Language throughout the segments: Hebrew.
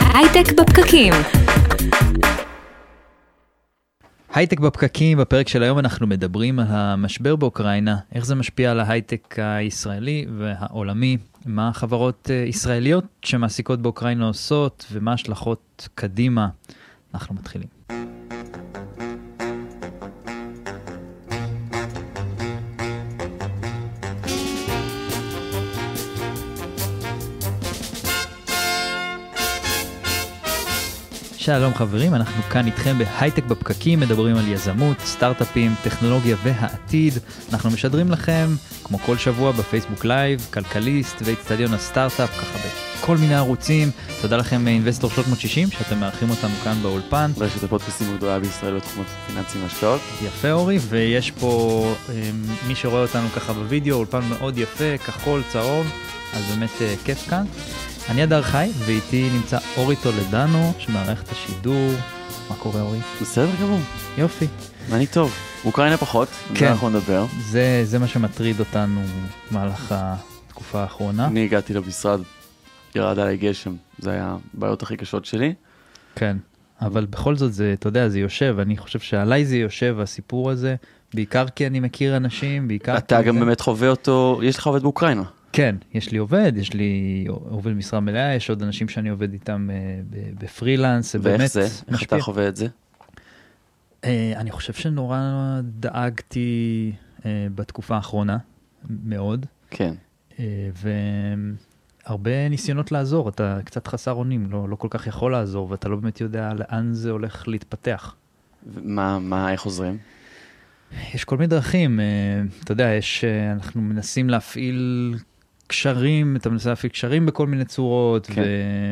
הייטק בפקקים. הייטק בפקקים, בפרק של היום אנחנו מדברים על המשבר באוקראינה, איך זה משפיע על ההייטק הישראלי והעולמי, מה החברות ישראליות שמעסיקות באוקראינה עושות ומה השלכות קדימה. אנחנו מתחילים. שלום חברים, אנחנו כאן איתכם בהייטק בפקקים, מדברים על יזמות, סטארט-אפים, טכנולוגיה והעתיד. אנחנו משדרים לכם, כמו כל שבוע, בפייסבוק לייב, כלכליסט ואצטדיון הסטארט-אפ, ככה בכל מיני ערוצים. תודה לכם אינבסטור 360 שאתם מארחים אותנו כאן באולפן. רשת הפודקאסטים הגדולה בישראל בתחום הפיננסים והשקעות. יפה אורי, ויש פה מי שרואה אותנו ככה בווידאו, אולפן מאוד יפה, כחול, צהוב, אז באמת כיף כאן. אני אדר חי, ואיתי נמצא אורי טולדנו, שמערך את השידור. מה קורה אורי? בסדר גמור. יופי. אני טוב. אוקראינה פחות, כן. זה אנחנו נדבר. זה מה שמטריד אותנו במהלך התקופה האחרונה. אני הגעתי למשרד, ירד עליי גשם, זה היה הבעיות הכי קשות שלי. כן, אבל בכל זאת זה, אתה יודע, זה יושב, אני חושב שעליי זה יושב, הסיפור הזה, בעיקר כי אני מכיר אנשים, בעיקר... אתה גם באמת חווה אותו, יש לך עובד באוקראינה. כן, יש לי עובד, יש לי עובד משרה מלאה, יש עוד אנשים שאני עובד איתם בפרילנס. ואיך זה? איך אתה חווה את זה? אני חושב שנורא דאגתי בתקופה האחרונה, מאוד. כן. והרבה ניסיונות לעזור, אתה קצת חסר אונים, לא כל כך יכול לעזור, ואתה לא באמת יודע לאן זה הולך להתפתח. איך עוזרים? יש כל מיני דרכים, אתה יודע, אנחנו מנסים להפעיל קשרים, אתה מנסה להפעיל קשרים בכל מיני צורות, כן.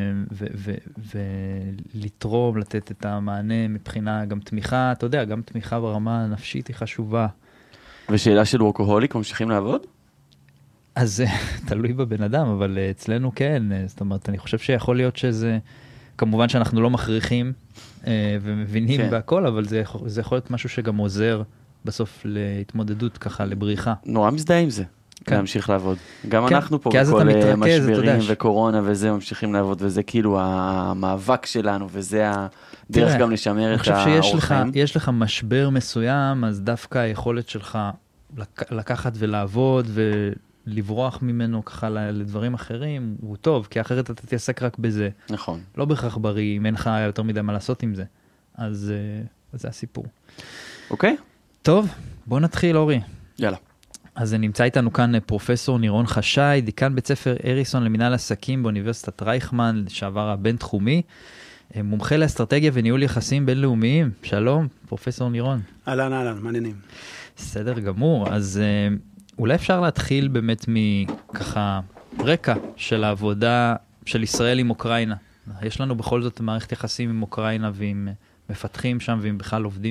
ולתרום, לתת את המענה מבחינה גם תמיכה, אתה יודע, גם תמיכה ברמה הנפשית היא חשובה. ושאלה של וורקוהוליק, ממשיכים לעבוד? אז תלוי בבן אדם, אבל אצלנו כן, זאת אומרת, אני חושב שיכול להיות שזה, כמובן שאנחנו לא מכריחים ומבינים כן. בהכל, אבל זה יכול להיות משהו שגם עוזר בסוף להתמודדות ככה, לבריחה. נורא מזדהה עם זה, כן. להמשיך לעבוד. גם כן, אנחנו פה כי אז בכל אתה מתרכז, משברים אתה יודע, וקורונה וזה ממשיכים לעבוד, וזה כאילו המאבק שלנו, וזה הדרך תראה, גם לשמר אני את חושב האורח חיים. שיש לך משבר מסוים, אז דווקא היכולת שלך לקחת ולעבוד ולברוח ממנו ככה לדברים אחרים, הוא טוב, כי אחרת אתה תעסק רק בזה. נכון. לא בהכרח בריא, אם אין לך יותר מדי מה לעשות עם זה. אז זה הסיפור. אוקיי? טוב, בוא נתחיל אורי. יאללה. אז נמצא איתנו כאן פרופסור נירון חשאי, דיקן בית ספר אריסון למנהל עסקים באוניברסיטת רייכמן, לשעבר הבינתחומי, מומחה לאסטרטגיה וניהול יחסים בינלאומיים. שלום, פרופסור נירון. אהלן, מעניינים. בסדר גמור, אז אולי אפשר להתחיל באמת מככה רקע של העבודה של ישראל עם אוקראינה. יש לנו בכל זאת מערכת יחסים עם אוקראינה ועם מפתחים שם ועם בכלל עובדים.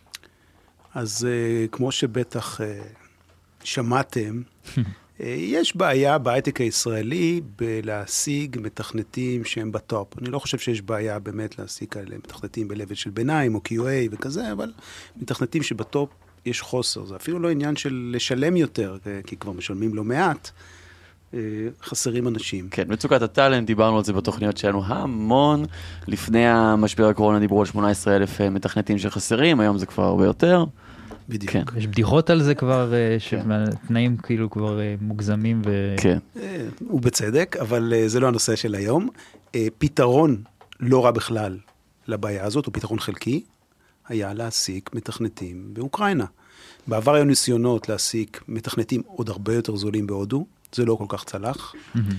אז כמו שבטח שמעתם, יש בעיה בהייטק הישראלי בלהשיג מתכנתים שהם בטופ. אני לא חושב שיש בעיה באמת להשיג כאלה מתכנתים בלבל של ביניים או QA וכזה, אבל מתכנתים שבטופ יש חוסר. זה אפילו לא עניין של לשלם יותר, כי כבר משלמים לא מעט, חסרים אנשים. כן, מצוקת הטלנט, דיברנו על זה בתוכניות שלנו המון. לפני המשבר הקורונה דיברו על 18,000 מתכנתים שחסרים, היום זה כבר הרבה יותר. בדיוק. כן. יש בדיחות על זה כבר, שהתנאים כאילו כבר מוגזמים כן. ובצדק, אבל זה לא הנושא של היום. פתרון לא רע בכלל לבעיה הזאת, הוא פתרון חלקי, היה להשיג מתכנתים באוקראינה. בעבר היו ניסיונות להשיג מתכנתים עוד הרבה יותר זולים בהודו, זה לא כל כך צלח,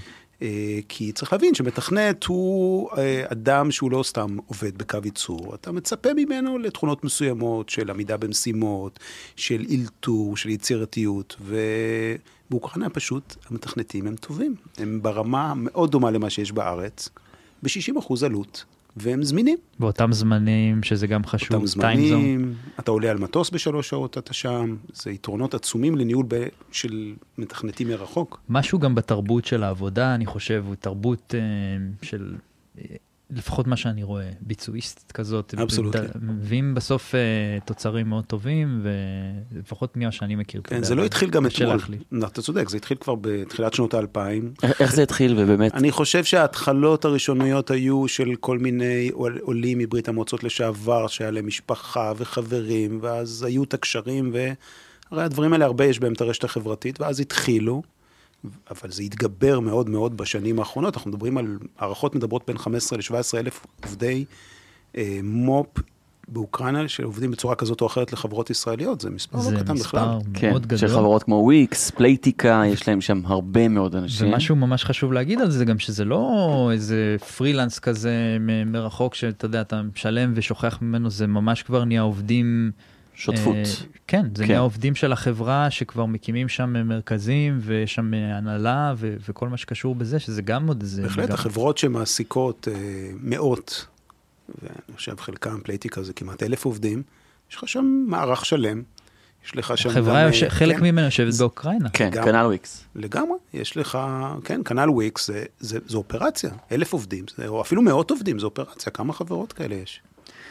כי צריך להבין שמתכנת הוא אדם שהוא לא סתם עובד בקו ייצור, אתה מצפה ממנו לתכונות מסוימות של עמידה במשימות, של אילתור, של יצירתיות, ובאוקראינה פשוט המתכנתים הם טובים, הם ברמה מאוד דומה למה שיש בארץ, ב-60% עלות, והם זמינים. באותם זמנים שזה גם חשוב. אותם זמנים, אתה עולה על מטוס ב3 שעות, אתה שם, זה יתרונות עצומים לניהול של מתכנתים מרחוק. משהו גם בתרבות של העבודה, אני חושב, הוא תרבות של לפחות מה שאני רואה, ביצועיסטית כזאת, אבסולוטלי. מביאים בסוף תוצרים מאוד טובים, ולפחות ממה שאני מכיר. כן, זה לא התחיל גם אתמול. אתה צודק, זה התחיל כבר בתחילת שנות ה-2000. איך זה התחיל ובאמת? אני חושב שההתחלות הראשוניות היו של כל מיני עולים מברית המועצות לשעבר, שהיה להם משפחה וחברים, ואז היו את הקשרים, והרי הדברים האלה הרבה יש בהם את הרשת החברתית, ואז התחילו, אבל זה התגבר מאוד מאוד בשנים האחרונות. אנחנו מדברים על, הערכות מדברות בין 15 ל-17 אלף עובדי מופ באוקראינה, שעובדים בצורה כזאת או אחרת לחברות ישראליות. זה מספר לא קטן בכלל. זה מספר מאוד גדול. של חברות כמו וויקס, פלייטיקה, יש להם שם הרבה מאוד אנשים. ומשהו ממש חשוב להגיד על זה, גם שזה לא איזה פרילנס כזה מרחוק, שאתה יודע, אתה משלם ושוכח ממנו, זה ממש כבר נהיה עובדים... שותפות. כן, זה נהיה עובדים של החברה שכבר מקימים שם מרכזים ויש שם הנהלה וכל מה שקשור בזה, שזה גם עוד איזה... בהחלט, החברות שמעסיקות מאות, ואני חושב חלקם פלייטיקה זה כמעט 1,000 עובדים, יש לך שם מערך שלם, יש לך שם... החברה, חלק ממנו יושבת באוקראינה. כן, כנ"ל וויקס. לגמרי, יש לך, כן, כנ"ל וויקס, זה אופרציה, 1,000 עובדים, או אפילו מאות עובדים, זה אופרציה, כמה חברות כאלה יש?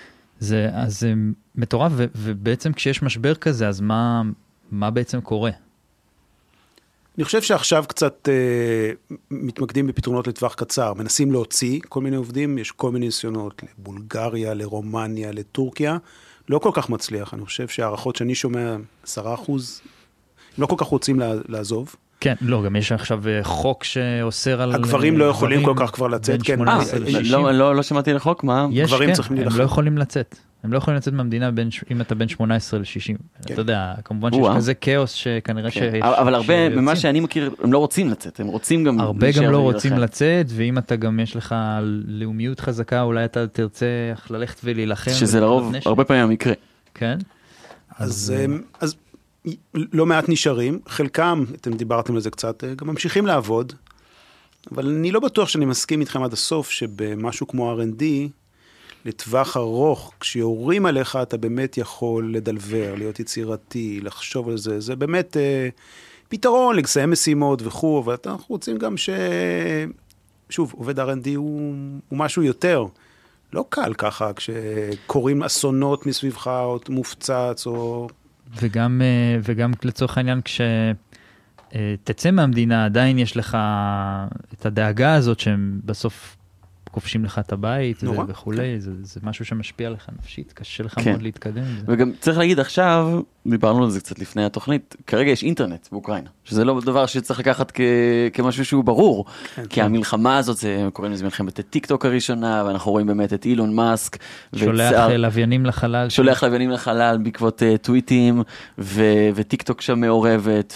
אז זה מטורף, ובעצם כשיש משבר כזה, אז מה בעצם קורה? אני חושב שעכשיו קצת מתמקדים בפתרונות לטווח קצר, מנסים להוציא כל מיני עובדים, יש כל מיני ניסיונות לבולגריה, לרומניה, לטורקיה, לא כל כך מצליח, אני חושב שהערכות שאני שומע 10%, הם לא כל כך רוצים לעזוב. כן, לא, גם יש עכשיו חוק שאוסר על... הגברים לא יכולים כל כך כבר לצאת, כן. לא שמעתי לחוק, מה? גברים צריכים להילחם. הם לא יכולים לצאת. הם לא יכולים לצאת מהמדינה אם אתה בין 18 ל-60. אתה יודע, כמובן שיש כזה כאוס שכנראה שיש... אבל הרבה, ממה שאני מכיר, הם לא רוצים לצאת, הם רוצים גם... הרבה גם לא רוצים לצאת, ואם אתה גם יש לך לאומיות חזקה, אולי אתה תרצה ללכת ולהילחם. שזה לרוב, הרבה פעמים המקרה. כן. אז לא מעט נשארים, חלקם, אתם דיברתם על זה קצת, גם ממשיכים לעבוד, אבל אני לא בטוח שאני מסכים איתכם עד הסוף, שבמשהו כמו R&D, לטווח ארוך, כשיורים עליך, אתה באמת יכול לדלבר, להיות יצירתי, לחשוב על זה, זה באמת פתרון, לסיים משימות וכו', אבל אנחנו רוצים גם שוב, עובד R&D הוא משהו יותר, לא קל ככה, כשקוראים אסונות מסביבך, או מופצץ, או... וגם לצורך העניין, כשתצא מהמדינה, עדיין יש לך את הדאגה הזאת, שהם בסוף כובשים לך את הבית וכו'. זה משהו שמשפיע לך נפשית, קשה לך מאוד להתקדם. וגם צריך להגיד עכשיו, דיברנו על זה קצת לפני התוכנית, כרגע יש אינטרנט באוקראינה, שזה לא דבר שצריך לקחת כמשהו שהוא ברור, כי המלחמה הזאת, קוראים לזה מלחמת הטיק-טוק הראשונה, ואנחנו רואים באמת את אילון מאסק, שולח לוויינים לחלל. שולח לוויינים לחלל בעקבות טוויטים, וטיק-טוק שם מעורבת,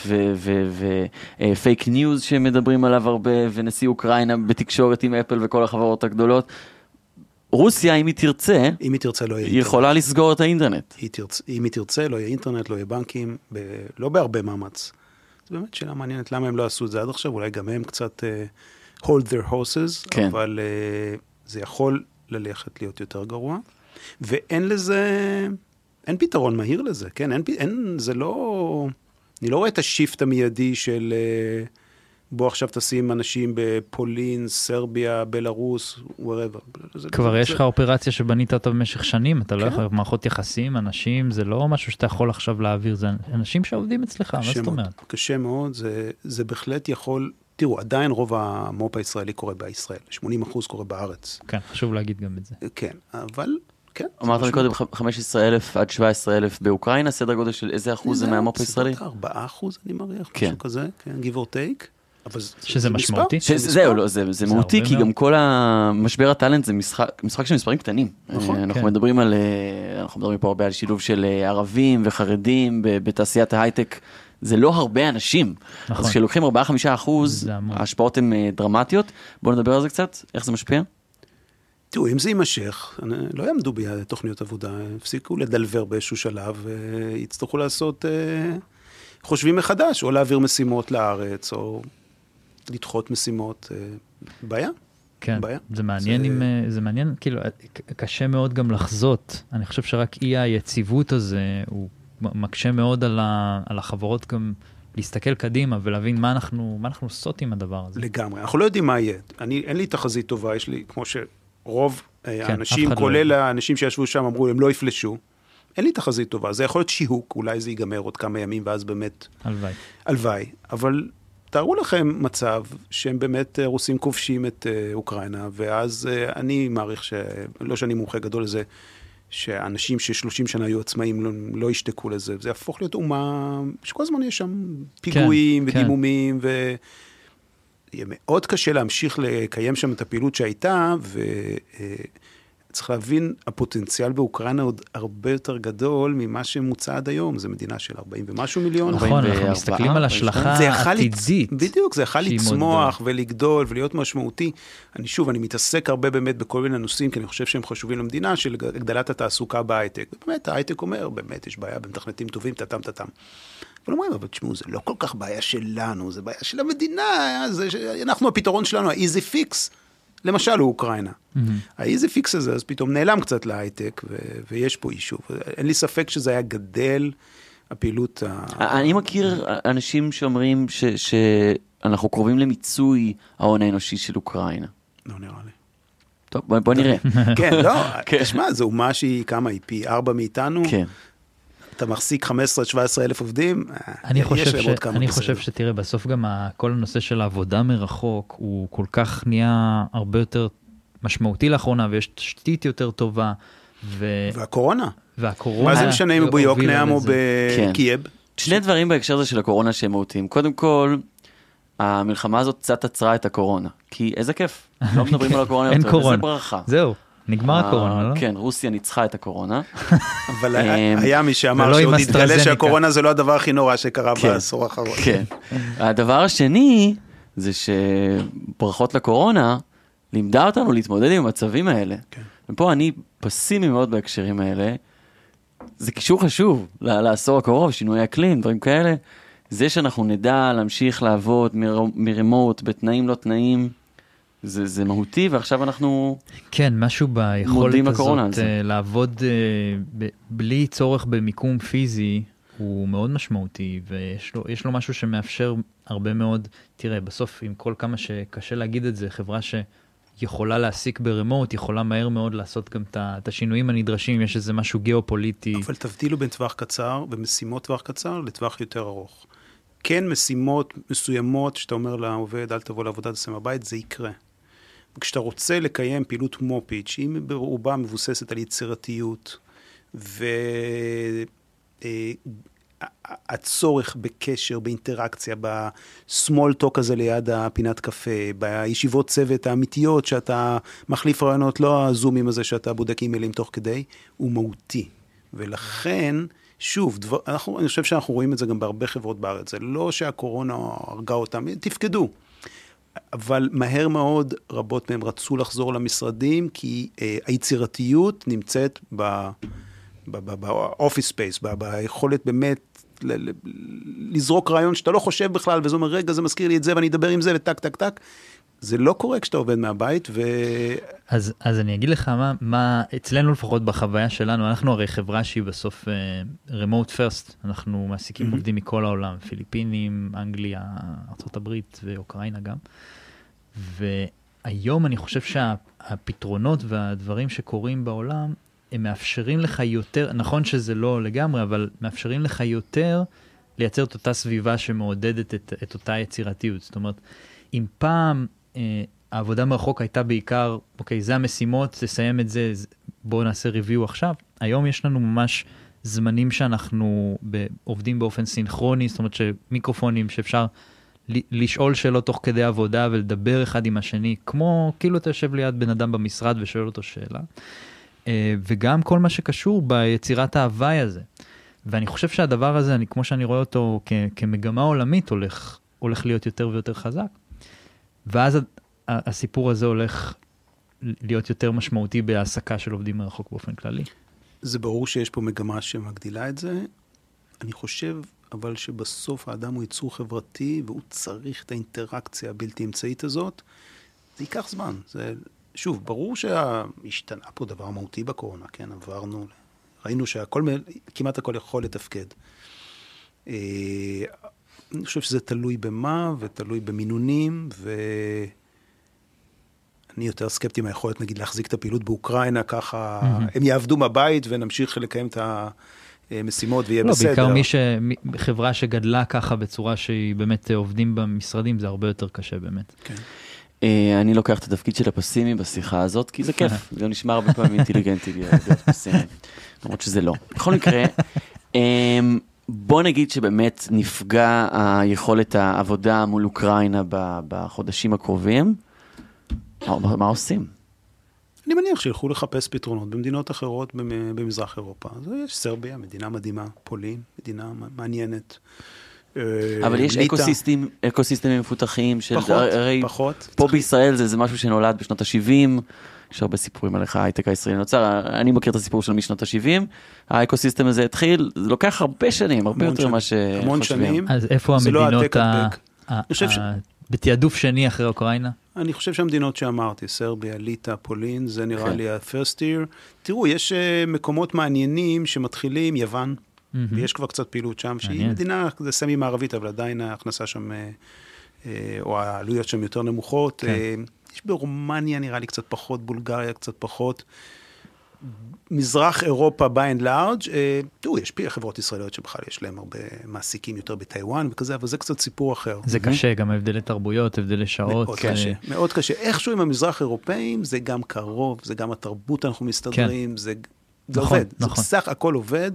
ופייק ניוז שמדברים עליו הרבה, ונשיא אוקראינה בתקשורת עם אפל וכל החברות הגדולות. רוסיה, אם היא תרצה, לא יהיה היא יכולה לסגור את האינטרנט. אם היא תרצה, לא יהיה אינטרנט, לא יהיה בנקים, לא בהרבה מאמץ. זה באמת שאלה מעניינת, למה הם לא עשו את זה עד עכשיו, אולי גם הם קצת hold their horses, כן. אבל זה יכול ללכת להיות יותר גרוע, ואין לזה, אין פתרון מהיר לזה, כן, זה לא, אני לא רואה את השיפט המיידי של... בוא עכשיו תשים אנשים בפולין, סרביה, בלרוס, wherever. כבר יש לך אופרציה שבנית אותה במשך שנים, אתה לא יכול, מערכות יחסים, אנשים, זה לא משהו שאתה יכול עכשיו להעביר, זה אנשים שעובדים אצלך, מה זאת אומרת? קשה מאוד, זה בהחלט יכול, תראו, עדיין רוב המופ הישראלי קורה בישראל, 80% קורה בארץ. כן, חשוב להגיד גם את זה. כן, אבל... כן, אמרת לי קודם 15,000 עד 17,000 באוקראינה, סדר גודל של איזה אחוז זה מהמופ הישראלי? 4% אני מריח, משהו כזה, כן, give or take. שזה משמעותי? זהו, לא, זה מהותי, כי גם כל המשבר הטלנט זה משחק של מספרים קטנים. אנחנו מדברים פה הרבה על שילוב של ערבים וחרדים בתעשיית ההייטק, זה לא הרבה אנשים. אז כשלוקחים 4-5%, ההשפעות הן דרמטיות. בואו נדבר על זה קצת, איך זה משפיע? תראו, אם זה יימשך, לא יעמדו בתוכניות עבודה, הפסיקו לדלבר באיזשהו שלב, יצטרכו לעשות חושבים מחדש, או להעביר משימות לארץ, או... לדחות משימות, בעיה. כן, זה מעניין, כאילו, קשה מאוד גם לחזות. אני חושב שרק אי היציבות הזה, הוא מקשה מאוד על החברות גם להסתכל קדימה, ולהבין מה אנחנו עושות עם הדבר הזה. לגמרי, אנחנו לא יודעים מה יהיה. אין לי תחזית טובה, יש לי, כמו רוב האנשים, כולל האנשים שישבו שם, אמרו, הם לא יפלשו. אין לי תחזית טובה, זה יכול להיות שיהוק, אולי זה ייגמר עוד כמה ימים, ואז באמת... הלוואי. אבל תארו לכם מצב שהם באמת רוסים כובשים את אוקראינה, ואז אני מעריך לא שאני מומחה גדול לזה, שאנשים ש30 שנה היו עצמאים לא ישתקו לזה, זה יהפוך להיות אומה, שכל הזמן יש שם פיגועים ודימומים, ויהיה מאוד קשה להמשיך לקיים שם את הפעילות שהייתה, וצריך להבין, הפוטנציאל באוקראינה עוד הרבה יותר גדול ממה שמוצע עד היום, זו מדינה של 40 ומשהו מיליון. נכון, אנחנו מסתכלים על השלכה עתידית. בדיוק, זה יכול לצמוח ולגדול ולהיות משמעותי. אני מתעסק הרבה באמת בכל מיני נושאים, כי אני חושב שהם חשובים למדינה, של הגדלת התעסוקה בהייטק. באמת, ההייטק אומר, באמת, יש בעיה במתכנתים טובים, תתם. אבל אומרים, אבל תשמעו, זה לא כל כך בעיה שלנו, זה בעיה של המדינה, אנחנו הפתרון שלנו, ה-easy fix, למשל הוא אוקראינה. ה-easy fix הזה, אז פתאום נעלם קצת להייטק, ויש פה אישו. אין לי ספק שזה היה גדל, הפעילות... אני מכיר אנשים שאומרים שאנחנו קרובים למיצוי ההון האנושי של אוקראינה. לא נראה לי. טוב, בוא נראה. כן, לא, תשמע, זו אומה שהיא כמה, היא פי 4 מאיתנו. כן. אתה מחזיק 15-17 אלף עובדים, אני חושב שתראה, בסוף גם כל הנושא של העבודה מרחוק, הוא כל כך נהיה הרבה יותר משמעותי לאחרונה, ויש תשתית יותר טובה. והקורונה. מה זה משנה אם ביוקנעם או בקייב? שני דברים בהקשר הזה של הקורונה שהם מהותיים. קודם כל, המלחמה הזאת קצת עצרה את הקורונה, כי איזה כיף. לא מדברים על הקורונה יותר, וזה ברכה. זהו. נגמר הקורונה, לא? כן, רוסיה ניצחה את הקורונה. אבל היה מי שאמר שעוד התגלה שהקורונה זה לא הדבר הכי נורא שקרה בעשור האחרון. כן. הדבר השני, זה שברכות לקורונה, לימדה אותנו להתמודד עם המצבים האלה. ופה אני פסימי מאוד בהקשרים האלה. זה קישור חשוב לעשור הקרוב, שינוי אקלים, דברים כאלה. זה שאנחנו נדע להמשיך לעבוד מרימוט, בתנאים לא תנאים, זה מהותי, ועכשיו אנחנו... כן, משהו ביכולת הזאת לעבוד בלי צורך במיקום פיזי, הוא מאוד משמעותי, ויש לו משהו שמאפשר הרבה מאוד, תראה, בסוף עם כל כמה שקשה להגיד את זה, חברה שיכולה להעסיק ברמוט, יכולה מהר מאוד לעשות גם את השינויים הנדרשים, יש איזה משהו גיאופוליטי. אבל תבדילו בין טווח קצר, ומשימות טווח קצר, לטווח יותר ארוך. כן, משימות מסוימות, שאתה אומר לעובד, אל תבוא לעבודה, תעשה מהבית, זה יקרה. כשאתה רוצה לקיים פעילות כמו פיץ', שהיא ברובה מבוססת על יצירתיות, והצורך בקשר, באינטראקציה, בסמול טוק הזה ליד הפינת קפה, בישיבות צוות האמיתיות, שאתה מחליף רעיונות, לא הזומים הזה שאתה בודק אימיילים תוך כדי, הוא מהותי. ולכן, שוב, אני חושב שאנחנו רואים את זה גם בהרבה חברות בארץ, זה לא שהקורונה הרגה אותם, תפקדו. אבל מהר מאוד רבות מהם רצו לחזור למשרדים, כי היצירתיות נמצאת באופיס ספייס, ביכולת באמת לזרוק רעיון שאתה לא חושב בכלל, וזה אומר, רגע, זה מזכיר לי את זה, ואני אדבר עם זה, וטק, טק, טק. זה לא קורה כשאתה עובד מהבית, אז אני אגיד לך מה, אצלנו לפחות בחוויה שלנו, אנחנו הרי חברה שהיא בסוף remote first, אנחנו מעסיקים עובדים מכל העולם, פיליפינים, אנגליה, ארצות הברית ואוקראינה גם, והיום אני חושב שהפתרונות והדברים שקורים בעולם, הם מאפשרים לך יותר, נכון שזה לא לגמרי, אבל מאפשרים לך יותר לייצר את אותה סביבה שמעודדת את אותה יצירתיות. זאת אומרת, אם פעם העבודה מרחוק הייתה בעיקר, אוקיי, זה המשימות, תסיים את זה, בואו נעשה ריוויו עכשיו. היום יש לנו ממש זמנים שאנחנו עובדים באופן סינכרוני, זאת אומרת שמיקרופונים שאפשר לשאול שאלות תוך כדי עבודה ולדבר אחד עם השני, כמו כאילו אתה יושב ליד בן אדם במשרד ושואל אותו שאלה. וגם כל מה שקשור ביצירת ההוואי הזה. ואני חושב שהדבר הזה, כמו שאני רואה אותו כמגמה עולמית, הולך להיות יותר ויותר חזק. ואז הסיפור הזה הולך להיות יותר משמעותי בהעסקה של עובדים מרחוק באופן כללי. זה ברור שיש פה מגמה שמגדילה את זה. אני חושב, אבל שבסוף האדם הוא יצור חברתי, והוא צריך את האינטראקציה הבלתי אמצעית הזאת. זה ייקח זמן. שוב, ברור שהשתנה פה דבר מהותי בקורונה, כן? ראינו כמעט הכל יכול לתפקד. אני חושב שזה תלוי במה, ותלוי במינונים, אני יותר סקפטי מהיכולת, נגיד, להחזיק את הפעילות באוקראינה, ככה הם יעבדו מהבית ונמשיך לקיים את המשימות ויהיה בסדר. בעיקר חברה שגדלה ככה בצורה שהיא באמת עובדים במשרדים, זה הרבה יותר קשה באמת. כן. אני לוקח את התפקיד של הפסימי בשיחה הזאת, כי זה כיף, זה נשמע הרבה פעמים אינטליגנטי להיות פסימי, למרות שזה לא. בכל מקרה, בוא נגיד שבאמת נפגע היכולת העבודה מול אוקראינה בחודשים הקרובים, מה עושים? אני מניח שילכו לחפש פתרונות במדינות אחרות במזרח אירופה. אז יש סרביה, מדינה מדהימה, פולין, מדינה מעניינת. אבל יש אקוסיסטמים מפותחים של... פחות. פה בישראל זה משהו שנולד בשנות ה-70, יש הרבה סיפורים על איך ההייטק הישראלי נוצר, אני מכיר את הסיפור של משנות ה-70, האקוסיסטם הזה התחיל, זה לוקח הרבה שנים, הרבה יותר מה שחושבים. המון שנים. אז איפה המדינות בתיעדוף שני אחרי אוקראינה? אני חושב שהמדינות שאמרתי, סרביה, ליטא, פולין, זה נראה לי ה-first year. תראו, יש מקומות מעניינים שמתחילים, יוון, ויש כבר קצת פעילות שם, שהיא מדינה, זה סמי מערבית, אבל עדיין ההכנסה שם, או העלויות שם יותר נמוכות. יש ברומניה נראה לי קצת פחות, בולגריה קצת פחות. מזרח אירופה by and large, תראו, יש חברות ישראליות שבכלל יש להם הרבה מעסיקים יותר בטיואן וכזה, אבל זה קצת סיפור אחר. זה קשה, גם הבדלי תרבויות, הבדלי שעות. מאוד קשה, מאוד קשה. איכשהו עם המזרח אירופאים, זה גם קרוב, זה גם התרבות אנחנו מסתדרים, זה עובד. זה בסך הכל עובד,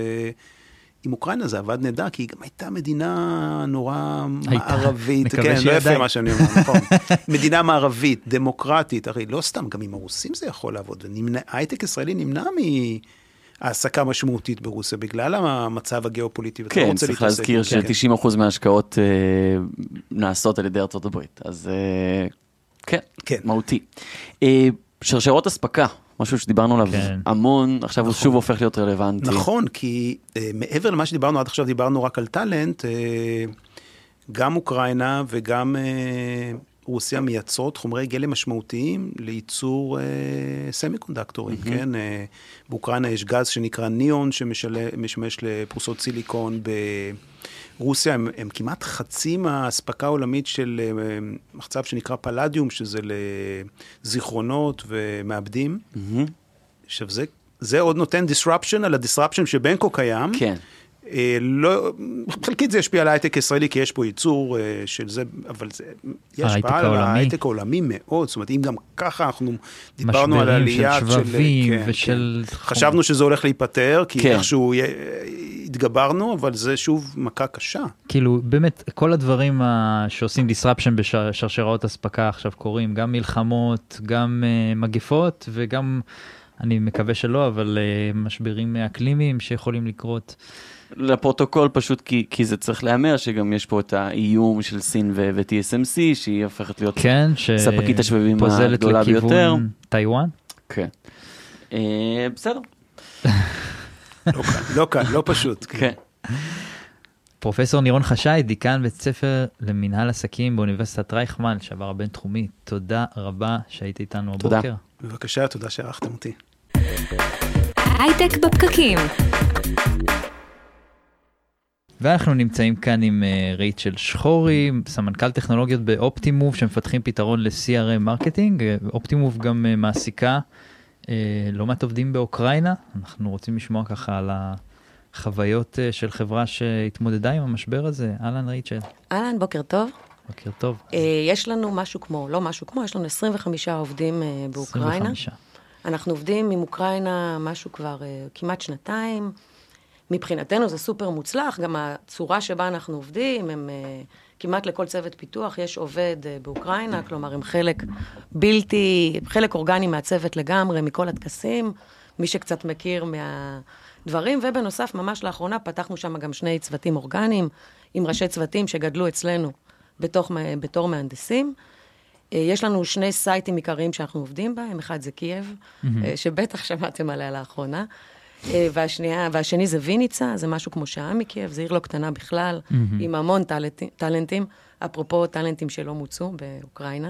עם אוקראינה זה עבד נדע, כי היא גם הייתה מדינה נורא מערבית. כן, לא יפה מה שאני אומר, נכון. מדינה מערבית, דמוקרטית, הרי לא סתם, גם עם הרוסים זה יכול לעבוד, ההייטק ישראלי נמנע מהעסקה משמעותית ברוסיה, בגלל המצב הגיאופוליטי. כן, צריך להזכיר ש-90% מההשקעות נעשות על ידי ארצות הברית, אז כן, מהותי. שרשרות הספקה, משהו שדיברנו עליו המון, עכשיו הוא שוב הופך להיות רלוונטי. נכון, כי מעבר למה שדיברנו עד עכשיו, דיברנו רק על טלנט, גם אוקראינה וגם רוסיה מייצרות חומרי גלם משמעותיים לייצור סמי-קונדקטורים, כן? באוקראינה יש גז שנקרא ניאון, שמשמש לפרוסות סיליקון. ברוסיה הם כמעט חצי מההספקה העולמית של מחצב שנקרא פלדיום, שזה לזיכרונות ומעבדים. עכשיו, זה עוד נותן disruption על ה-disruption שבין כה קיים. כן. חלקית זה ישפיע על ההייטק הישראלי, כי יש פה ייצור של זה, אבל יש פעל על ההייטק העולמי מאוד, זאת אומרת, אם גם ככה אנחנו דיברנו על העלייה של שבבים ושל... חשבנו שזה הולך להיפטר, כי איכשהו התגברנו, אבל זה שוב מכה קשה. כאילו, באמת, כל הדברים שעושים disruption בשרשראות הספקה עכשיו קורים, גם מלחמות, גם מגפות, וגם, אני מקווה שלא, אבל משברים אקלימיים שיכולים לקרות. לפרוטוקול פשוט כי זה צריך להיאמר שגם יש פה את האיום של סין ו-TSMC, שהיא הופכת להיות ספקית השבבים הגדולה ביותר. פוזלת לכיוון טיואן? כן. בסדר. לא קל, לא פשוט. כן. פרופסור נירון חשאי, דיקן בית ספר למנהל עסקים באוניברסיטת רייכמן, שעבר הבינתחומי, תודה רבה שהיית איתנו הבוקר. תודה. בבקשה, תודה שערכתם אותי. הייטק בפקקים. ואנחנו נמצאים כאן עם רייצ'ל שחורי, סמנכ"ל טכנולוגיות באופטימוב, שמפתחים פתרון ל-CRM מרקטינג. אופטימוב גם מעסיקה לא מעט עובדים באוקראינה. אנחנו רוצים לשמוע ככה על החוויות של חברה שהתמודדה עם המשבר הזה. אהלן רייצ'ל. אהלן, בוקר טוב. בוקר טוב. יש לנו יש לנו 25 עובדים באוקראינה. 25. אנחנו עובדים עם אוקראינה משהו כבר כמעט שנתיים. מבחינתנו זה סופר מוצלח, גם הצורה שבה אנחנו עובדים, הם כמעט לכל צוות פיתוח, יש עובד באוקראינה, כלומר הם חלק אורגני מהצוות לגמרי, מכל הטקסים, מי שקצת מכיר מהדברים, ובנוסף ממש לאחרונה פתחנו שם גם 2 צוותים אורגניים, עם ראשי צוותים שגדלו אצלנו בתור מהנדסים. יש לנו 2 סייטים עיקריים שאנחנו עובדים בהם, אחד זה קייב, שבטח שמעתם עליה לאחרונה, והשני זה ויניצה, זה משהו כמו שעה מקייב, זה עיר לא קטנה בכלל, עם המון טלנטים, אפרופו טלנטים שלא מוצאו באוקראינה.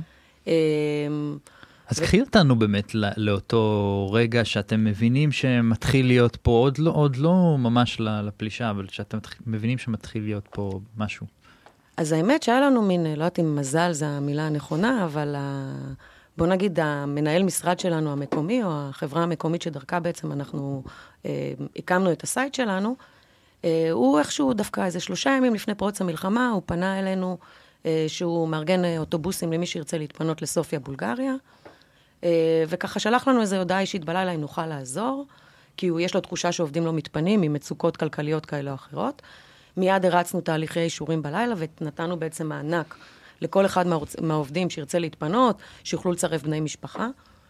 אז קחי אותנו באמת לאותו רגע שאתם מבינים שמתחיל להיות פה, עוד לא ממש לפלישה, אבל שאתם מבינים שמתחיל להיות פה משהו. אז האמת שהיה לנו מין, לא יודעת אם מזל זה המילה הנכונה, אבל בוא נגיד, המנהל משרד שלנו המקומי, או החברה המקומית שדרכה בעצם אנחנו הקמנו את הסייט שלנו, הוא איכשהו דווקא איזה 3 ימים לפני פרוץ המלחמה, הוא פנה אלינו שהוא מארגן אוטובוסים למי שירצה להתפנות לסופיה, בולגריה, וככה שלח לנו איזו הודעה אישית בלילה אם נוכל לעזור, כי יש לו תחושה שעובדים לא מתפנים, עם מצוקות כלכליות כאלה או אחרות. מיד הרצנו תהליכי אישורים בלילה, ונתנו בעצם מענק לכל אחד מהעובדים שירצה להתפנות, שיוכלו לצרף בני משפחה.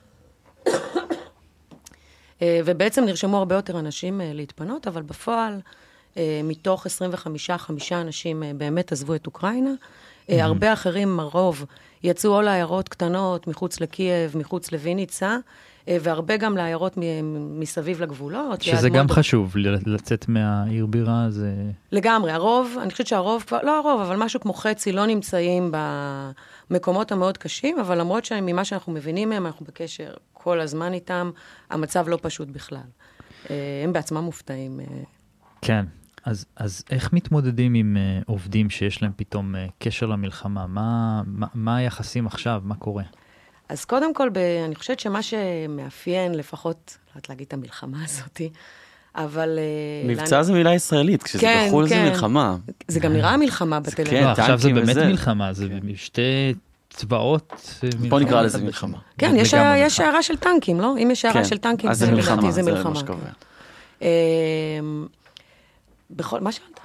ובעצם נרשמו הרבה יותר אנשים להתפנות, אבל בפועל, מתוך 5 אנשים באמת עזבו את אוקראינה. הרבה אחרים, הרוב, יצאו או לעיירות קטנות, מחוץ לקייב, מחוץ לויניצה, והרבה גם לעיירות מסביב לגבולות. שזה גם חשוב, לצאת מהעיר בירה, זה... לגמרי, הרוב, אני חושבת שהרוב, לא הרוב, אבל משהו כמו חצי לא נמצאים במקומות המאוד קשים, אבל למרות שממה שאנחנו מבינים מהם, אנחנו בקשר כל הזמן איתם, המצב לא פשוט בכלל. הם בעצמם מופתעים. כן. אז איך מתמודדים עם עובדים שיש להם פתאום קשר למלחמה? מה היחסים עכשיו? מה קורה? אז קודם כל, אני חושבת שמה שמאפיין, לפחות, לא יודעת להגיד את המלחמה הזאת, אבל... מבצע זה מילה ישראלית, כשזה בחול זה מלחמה. זה גם נראה מלחמה בטלוויזיה. לא, עכשיו זה באמת מלחמה, זה שתי צבאות... בוא נקרא לזה מלחמה. כן, יש שערה של טנקים, לא? אם יש שערה של טנקים, זה מלחמה. זה מה שקורה. מה שאלת?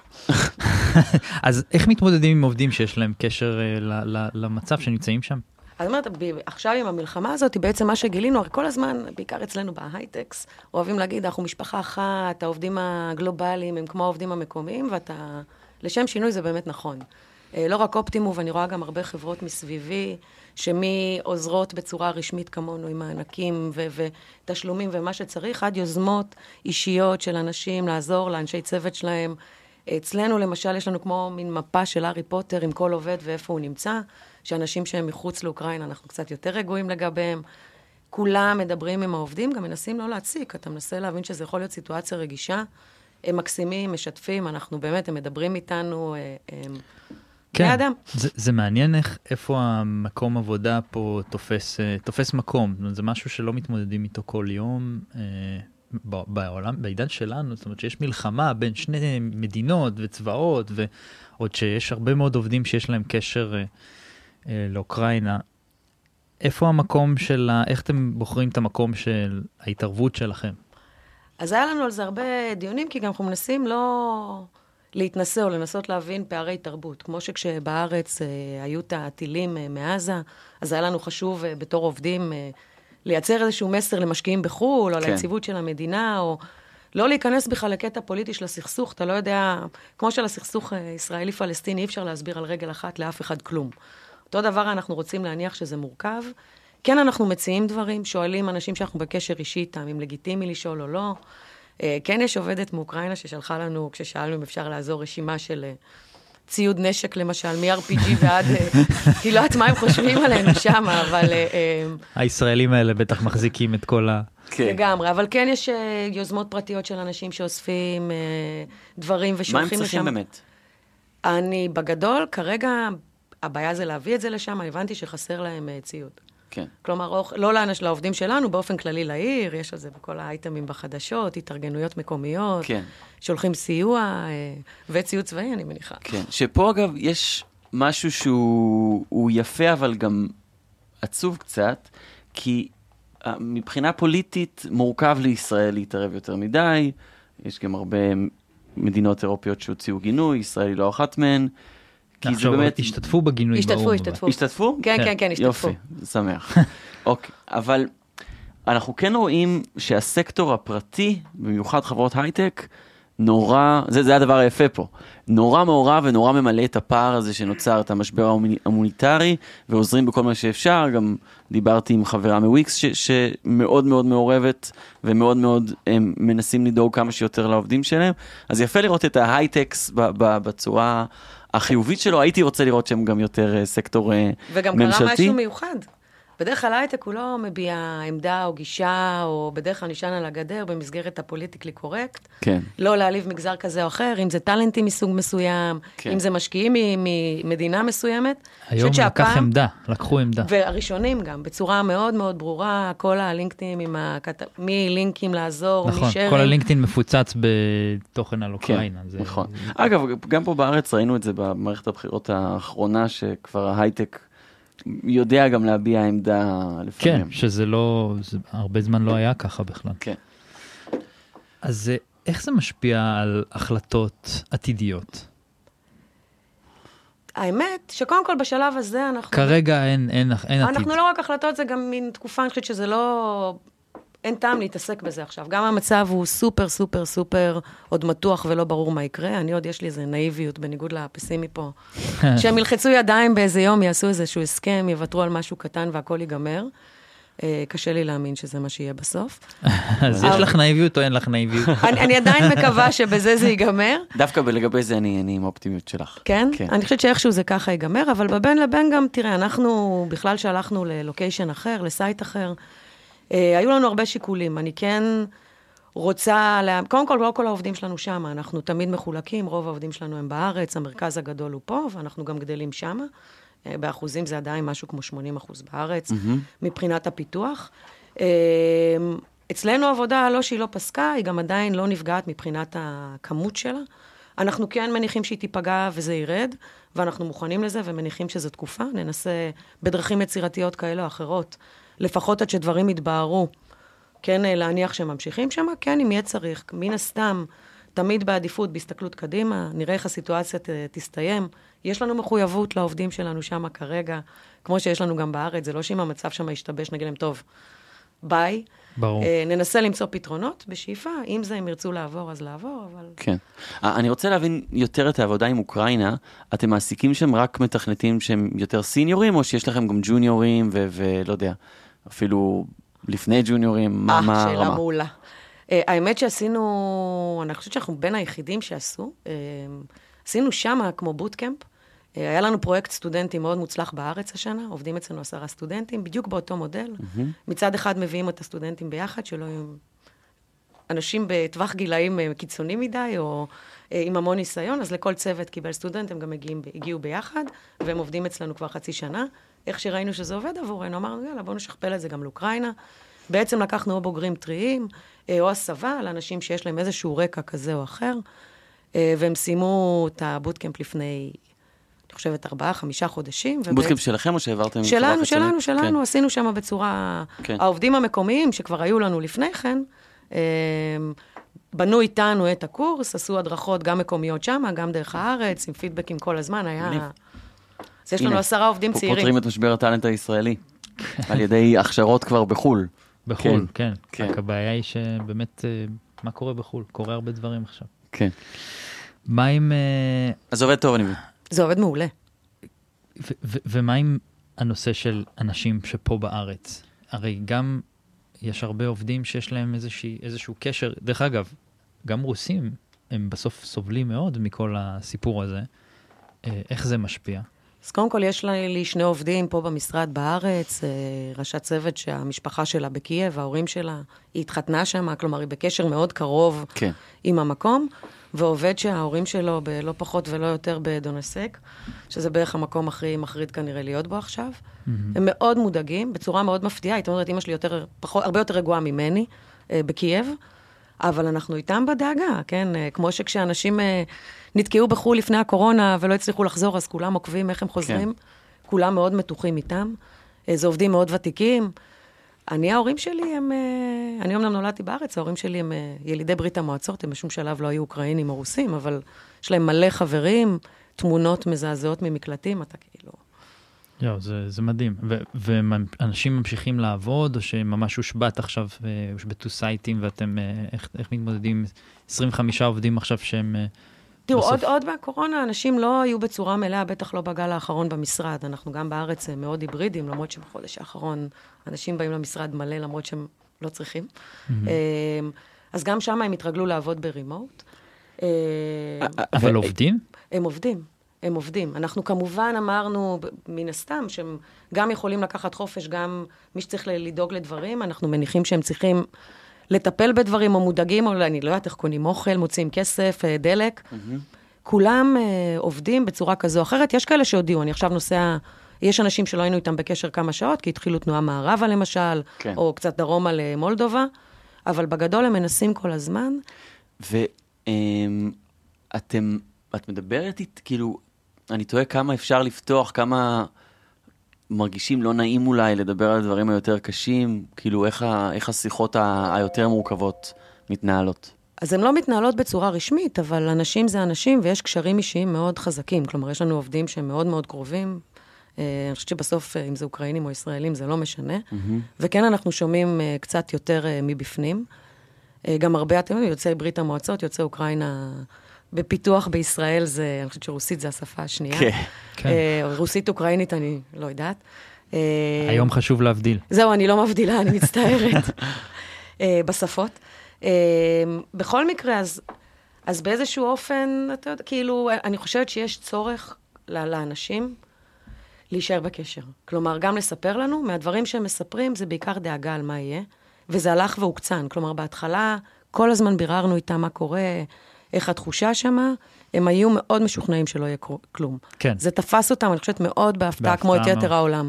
אז איך מתמודדים עם עובדים שיש להם קשר למצב שנמצאים שם? אז אומרת, עכשיו עם המלחמה הזאת, בעצם מה שגילינו, הרי כל הזמן, בעיקר אצלנו בהייטקס, אוהבים להגיד, אנחנו משפחה אחת, העובדים הגלובליים הם כמו העובדים המקומיים, לשם שינוי זה באמת נכון. לא רק אופטימוב, אני רואה גם הרבה חברות מסביבי, שמי עוזרות בצורה רשמית כמונו, עם מענקים ותשלומים ומה שצריך, עד יוזמות אישיות של אנשים לעזור לאנשי צוות שלהם. אצלנו למשל יש לנו כמו מין מפה של הארי פוטר עם כל עובד ואיפה הוא נמצא, שאנשים שהם מחוץ לאוקראינה, אנחנו קצת יותר רגועים לגביהם. כולם מדברים עם העובדים, גם מנסים לא להציק, אתה מנסה להבין שזה יכול להיות סיטואציה רגישה. הם מקסימים, משתפים, אנחנו באמת, הם מדברים איתנו, כן, זה מעניין איפה המקום עבודה פה תופס מקום. זה משהו שלא מתמודדים איתו כל יום בעולם, בעידן שלנו. זאת אומרת שיש מלחמה בין שני מדינות וצבאות, ועוד שיש הרבה מאוד עובדים שיש להם קשר לאוקראינה. איפה המקום של, איך אתם בוחרים את המקום של ההתערבות שלכם? אז היה לנו על זה הרבה דיונים, כי גם אנחנו מנסים לא להתנסה או לנסות להבין פערי תרבות. כמו שכשבארץ היו את הטילים מעזה, אז היה לנו חשוב בתור עובדים לייצר איזשהו מסר למשקיעים בחו"ל, או ליציבות של המדינה, או לא להיכנס בכלל לקטע פוליטי של הסכסוך. אתה לא יודע, כמו של הסכסוך ישראלי-פלסטיני, אי אפשר להסביר על רגל אחת לאף אחד כלום. אותו דבר אנחנו רוצים להניח שזה מורכב. כן, אנחנו מציעים דברים, שואלים אנשים שאנחנו בקשר אישי איתם, אם לגיטימי לשאול או לא. כן, יש עובדת מאוקראינה ששלחה לנו, כששאלנו אם אפשר לעזור רשימה של ציוד נשק, למשל, מ-RPG ועד, כי לא יודעת מה הם חושבים עלינו שם, אבל... הישראלים האלה בטח מחזיקים את כל ה... לגמרי, אבל כן יש יוזמות פרטיות של אנשים שאוספים דברים ושולחים לשם. מה הם צריכים באמת? אני בגדול, כרגע, הבעיה זה להביא את זה לשם, הבנתי שחסר להם ציוד. כן. כלומר, לא לעובדים שלנו, באופן כללי לעיר, יש על זה בכל האייטמים בחדשות, התארגנויות מקומיות, כן. שולחים סיוע וציוד צבאי, אני מניחה. כן, שפה אגב יש משהו שהוא יפה, אבל גם עצוב קצת, כי מבחינה פוליטית מורכב לישראל להתערב יותר מדי, יש גם הרבה מדינות אירופיות שהוציאו גינוי, ישראל היא לא אחת מהן, כי זה באמת... השתתפו בגינוי באום. השתתפו? כן, השתתפו. יופי, שמח. אוקיי, אבל אנחנו כן רואים שהסקטור הפרטי, במיוחד חברות הייטק, נורא, זה הדבר היפה פה, נורא מעורב ונורא ממלא את הפער הזה שנוצר, את המשבר ההומניטרי, ועוזרים בכל מה שאפשר. גם דיברתי עם חברה מוויקס שמאוד מאוד מעורבת, ומאוד מאוד מנסים לדאוג כמה שיותר לעובדים שלהם. אז יפה לראות את ההייטקס בצורה החיובית שלו. הייתי רוצה לראות שהם גם יותר סקטור ממשלתי. וגם קרה משהו מיוחד. בדרך כלל ההייטק הוא לא מביע עמדה או גישה, או בדרך כלל נשען על הגדר במסגרת הפוליטיקלי קורקט. כן. לא להעליב מגזר כזה או אחר, אם זה טלנטים מסוג מסוים, כן. אם זה משקיעים ממדינה מסוימת. היום לקחו עמדה. והראשונים גם, בצורה מאוד מאוד ברורה, כל הלינקדאין מלינקים לעזור, נכון, משארים. כל הלינקדאין מפוצץ בתוכן על אוקראינה. כן, נכון. אגב, גם פה בארץ ראינו את זה במערכת הבחירות האחרונה, שכבר ההייטק יודע גם להביע עמדה לפעמים. כן, שזה לא, הרבה זמן לא היה ככה בכלל. כן. אז איך זה משפיע על החלטות עתידיות? האמת, שקודם כל בשלב הזה אנחנו... כרגע אין עתיד. אנחנו לא רק החלטות, זה גם מין תקופה, אני חושבת שזה לא... אין טעם להתעסק בזה עכשיו. גם המצב הוא סופר, סופר, סופר עוד מתוח ולא ברור מה יקרה. אני עוד יש לי איזה נאיביות בניגוד לפסימי פה. שהם ילחצו ידיים באיזה יום, יעשו איזשהו הסכם, יוותרו על משהו קטן והכל ייגמר. קשה לי להאמין שזה מה שיהיה בסוף. אז יש לך נאיביות או אין לך נאיביות? אני עדיין מקווה שבזה זה ייגמר. דווקא לגבי זה אני עם האופטימיות שלך. כן? אני חושבת שאיכשהו זה ככה ייגמר, אבל בבין לבין גם, תראה, אנחנו בכלל שהלכנו ללוקיישן אחר, לסייט אחר, היו לנו הרבה שיקולים. אני כן רוצה, קודם כל, לא כל העובדים שלנו שם, אנחנו תמיד מחולקים, רוב העובדים שלנו הם בארץ, המרכז הגדול הוא פה, ואנחנו גם גדלים שם. באחוזים זה עדיין משהו כמו 80% בארץ, מבחינת הפיתוח. אצלנו עבודה לא שהיא לא פסקה, היא גם עדיין לא נפגעת מבחינת הכמות שלה. אנחנו כן מניחים שהיא תיפגע וזה ירד, ואנחנו מוכנים לזה ומניחים שזו תקופה. ננסה בדרכים יצירתיות כאלה או אחרות, לפחות עד שדברים יתבהרו, כן להניח שהם ממשיכים שם, כן אם יהיה צריך, מן הסתם, תמיד בעדיפות, בהסתכלות קדימה, נראה איך הסיטואציה תסתיים. יש לנו מחויבות לעובדים שלנו שם כרגע, כמו שיש לנו גם בארץ, זה לא שאם המצב שם ישתבש, נגיד להם, טוב, ביי. ברור. ננסה למצוא פתרונות בשאיפה, אם זה הם ירצו לעבור, אז לעבור, אבל... כן. אני רוצה להבין יותר את העבודה עם אוקראינה. אתם מעסיקים שם רק מתכנתים שהם יותר סיניורים, או שיש לכם גם ג'וניורים, ולא יודע, אפילו לפני ג'וניורים, מה הרמה? שאלה מעולה. האמת שעשינו, אני חושבת שאנחנו בין היחידים שעשו, עשינו שם כמו בוטקאמפ, היה לנו פרויקט סטודנטים מאוד מוצלח בארץ השנה, עובדים אצלנו 10 סטודנטים, בדיוק באותו מודל. מצד אחד מביאים את הסטודנטים ביחד, שלא יהיו אנשים בטווח גילאים קיצוני מדי, או עם המון ניסיון, אז לכל צוות קיבל סטודנט, הם גם הגיעו ביחד, והם עובדים אצלנו כבר חצי שנה. איך שראינו שזה עובד עבורנו, אמרנו, יאללה, בואו נשכפל את זה גם לאוקראינה. בעצם לקחנו או בוגרים טריים, או הסבה, לאנשים שיש להם איזשהו רקע כזה או אחר, והם סיימו את הבוטקאמפ לפני, אני חושבת, 4-5 חודשים. בוטקאמפ שלכם או שהעברתם? שלנו, עשינו שם בצורה, העובדים המקומיים שכבר היו לנו לפני כן, בנו איתנו את הקורס, עשו הדרכות גם מקומיות שם, גם דרך הארץ, עם פידבקים כל הזמן, היה... אז יש לנו 10 עובדים צעירים. פותרים את משבר הטלנט הישראלי, על ידי הכשרות כבר בחול. בחול, כן. רק הבעיה היא שבאמת, מה קורה בחול? קורה הרבה דברים עכשיו. כן. מה עם... אז זה עובד טוב, אני מבין. זה עובד מעולה. ומה עם הנושא של אנשים שפה בארץ? הרי גם יש הרבה עובדים שיש להם איזשהו קשר. דרך אגב, גם רוסים, הם בסוף סובלים מאוד מכל הסיפור הזה. איך זה משפיע? אז קודם כל יש לי 2 עובדים פה במשרד בארץ, ראשת צוות שהמשפחה שלה בקייב, ההורים שלה, היא התחתנה שם, כלומר היא בקשר מאוד קרוב עם המקום, ועובד שההורים שלו בלא פחות ולא יותר בדונסק, שזה בערך המקום הכי מחריד כנראה להיות בו עכשיו. הם מאוד מודאגים, בצורה מאוד מפתיעה, היא אומרת, אמא שלי הרבה יותר רגועה ממני בקייב, אבל אנחנו איתם בדאגה, כן? כמו שכשאנשים נתקעו בחול לפני הקורונה ולא הצליחו לחזור, אז כולם עוקבים איך הם חוזרים. כן. כולם מאוד מתוחים איתם. זה עובדים מאוד ותיקים. ההורים שלי הם... אני אומנם נולדתי בארץ, ההורים שלי הם ילידי ברית המועצות, הם בשום שלב לא היו אוקראינים או רוסים, אבל יש להם מלא חברים, תמונות מזעזעות ממקלטים, אתה כאילו... זה מדהים. ואנשים ממשיכים לעבוד, או שממש הושבת עכשיו, הושבתו סייטים, ואתם, איך מתמודדים 25 עובדים עכשיו שהם... תראו, עוד בקורונה, אנשים לא היו בצורה מלאה, בטח לא בגל האחרון במשרד. אנחנו גם בארץ מאוד היברידים, למרות שבחודש האחרון אנשים באים למשרד מלא, למרות שהם לא צריכים. אז גם שם הם התרגלו לעבוד ברימוט. אבל עובדים? הם עובדים. הם עובדים. אנחנו כמובן אמרנו, מן הסתם, שהם גם יכולים לקחת חופש, גם מי שצריך לדאוג לדברים, אנחנו מניחים שהם צריכים לטפל בדברים או מודאגים, או אני לא יודעת איך קונים אוכל, מוצאים כסף, דלק. כולם עובדים בצורה כזו או אחרת. יש כאלה שהודיעו, אני עכשיו נוסע, יש אנשים שלא היינו איתם בקשר כמה שעות, כי התחילו תנועה מערבה למשל, כן. או קצת דרומה למולדובה, אבל בגדול הם מנסים כל הזמן. את מדברת איתי, כאילו, אני תוהה כמה אפשר לפתוח, כמה מרגישים לא נעים אולי לדבר על הדברים היותר קשים, כאילו איך השיחות היותר מורכבות מתנהלות. אז הן לא מתנהלות בצורה רשמית, אבל אנשים זה אנשים, ויש קשרים אישיים מאוד חזקים. כלומר, יש לנו עובדים שהם מאוד מאוד קרובים. אני חושבת שבסוף, אם זה אוקראינים או ישראלים, זה לא משנה. וכן, אנחנו שומעים קצת יותר מבפנים. גם הרבה, אתם יודעים, יוצאי ברית המועצות, יוצאי אוקראינה בפיתוח בישראל, אני חושבת שרוסית זה השפה השנייה. כן. רוסית אוקראינית, אני לא יודעת. היום חשוב להבדיל. זהו, אני לא מבדילה, אני מצטערת. בשפות. בכל מקרה, אז באיזשהו אופן, אתה יודע, כאילו, אני חושבת שיש צורך לאנשים להישאר בקשר. כלומר, גם לספר לנו, מהדברים שהם מספרים, זה בעיקר דאגה על מה יהיה, וזה הלך והוקצן. כלומר, בהתחלה, כל הזמן ביררנו איתם מה קורה, איך התחושה שמה, הם היו מאוד משוכנעים שלא יהיה כלום. כן. זה תפס אותם, אני חושבת, מאוד בהפתעה, כמו את יתר העולם.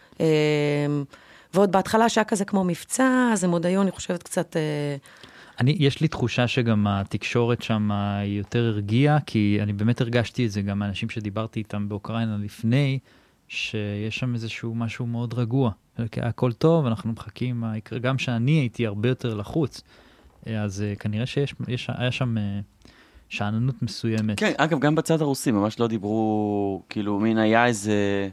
ועוד בהתחלה שהיה כזה כמו מבצע, אז הם עוד היו, אני חושבת, קצת... יש לי תחושה שגם התקשורת שם היא יותר הרגיעה, כי אני באמת הרגשתי את זה גם מאנשים שדיברתי איתם באוקראינה לפני, שיש שם איזשהו משהו מאוד רגוע. הכל טוב, אנחנו מחכים, גם שאני הייתי הרבה יותר לחוץ, אז כנראה שהיה שם שעננות מסוימת. כן, אגב, גם בצד הרוסי, ממש לא דיברו, כאילו, מין היה איזה...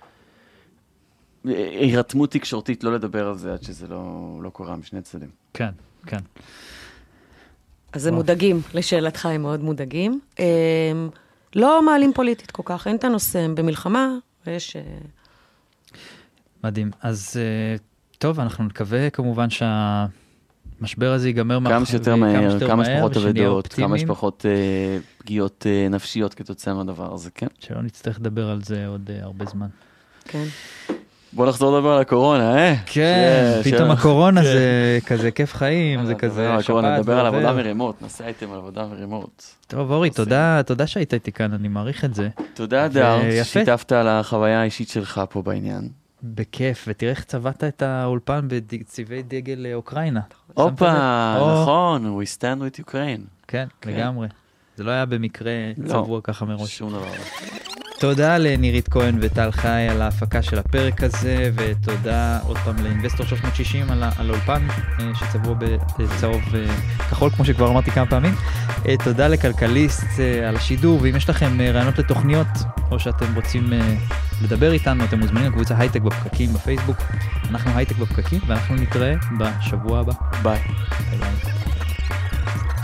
הירתמות תקשורתית לא לדבר על זה, עד שזה לא קורה משני צדדים. כן, כן. אז הם מודאגים, לשאלתך הם מאוד מודאגים. לא מעלים פוליטית כל כך, אין את הנושא, הם במלחמה, ויש... מדהים. אז טוב, אנחנו נקווה כמובן שהמשבר הזה ייגמר כמה שיותר מהר, כמה שפחות עבדות, כמה שפחות פגיעות נפשיות כתוצאה מהדבר הזה, כן? שלא נצטרך לדבר על זה עוד הרבה זמן. כן. בוא נחזור לדבר על הקורונה, כן, פתאום הקורונה זה כזה כיף חיים, זה כזה שפעת. נדבר על עבודה מרימות, נסע איתם על עבודה מרימות. טוב, אורי, תודה שהיית איתי כאן, אני מעריך את זה. תודה, דר, ששיתפת על החוויה האישית שלך פה בעניין. בכיף, ותראה איך צבעת את האולפן בצבעי דגל אוקראינה. הופה, נכון, we stand with Ukraine. כן, לגמרי. זה לא היה במקרה צבוע ככה מראש. שום דבר. תודה לנירית כהן וטל חי על ההפקה של הפרק הזה, ותודה עוד פעם לאינבסטור 360 על האולפן שצבוע בצהוב כחול, כמו שכבר אמרתי כמה פעמים. תודה לכלכליסט על השידור, ואם יש לכם רעיונות לתוכניות, או שאתם רוצים לדבר איתנו, אתם מוזמנים לקבוצה הייטק בפקקים בפייסבוק. אנחנו הייטק בפקקים, ואנחנו נתראה בשבוע הבא. ביי. ביי.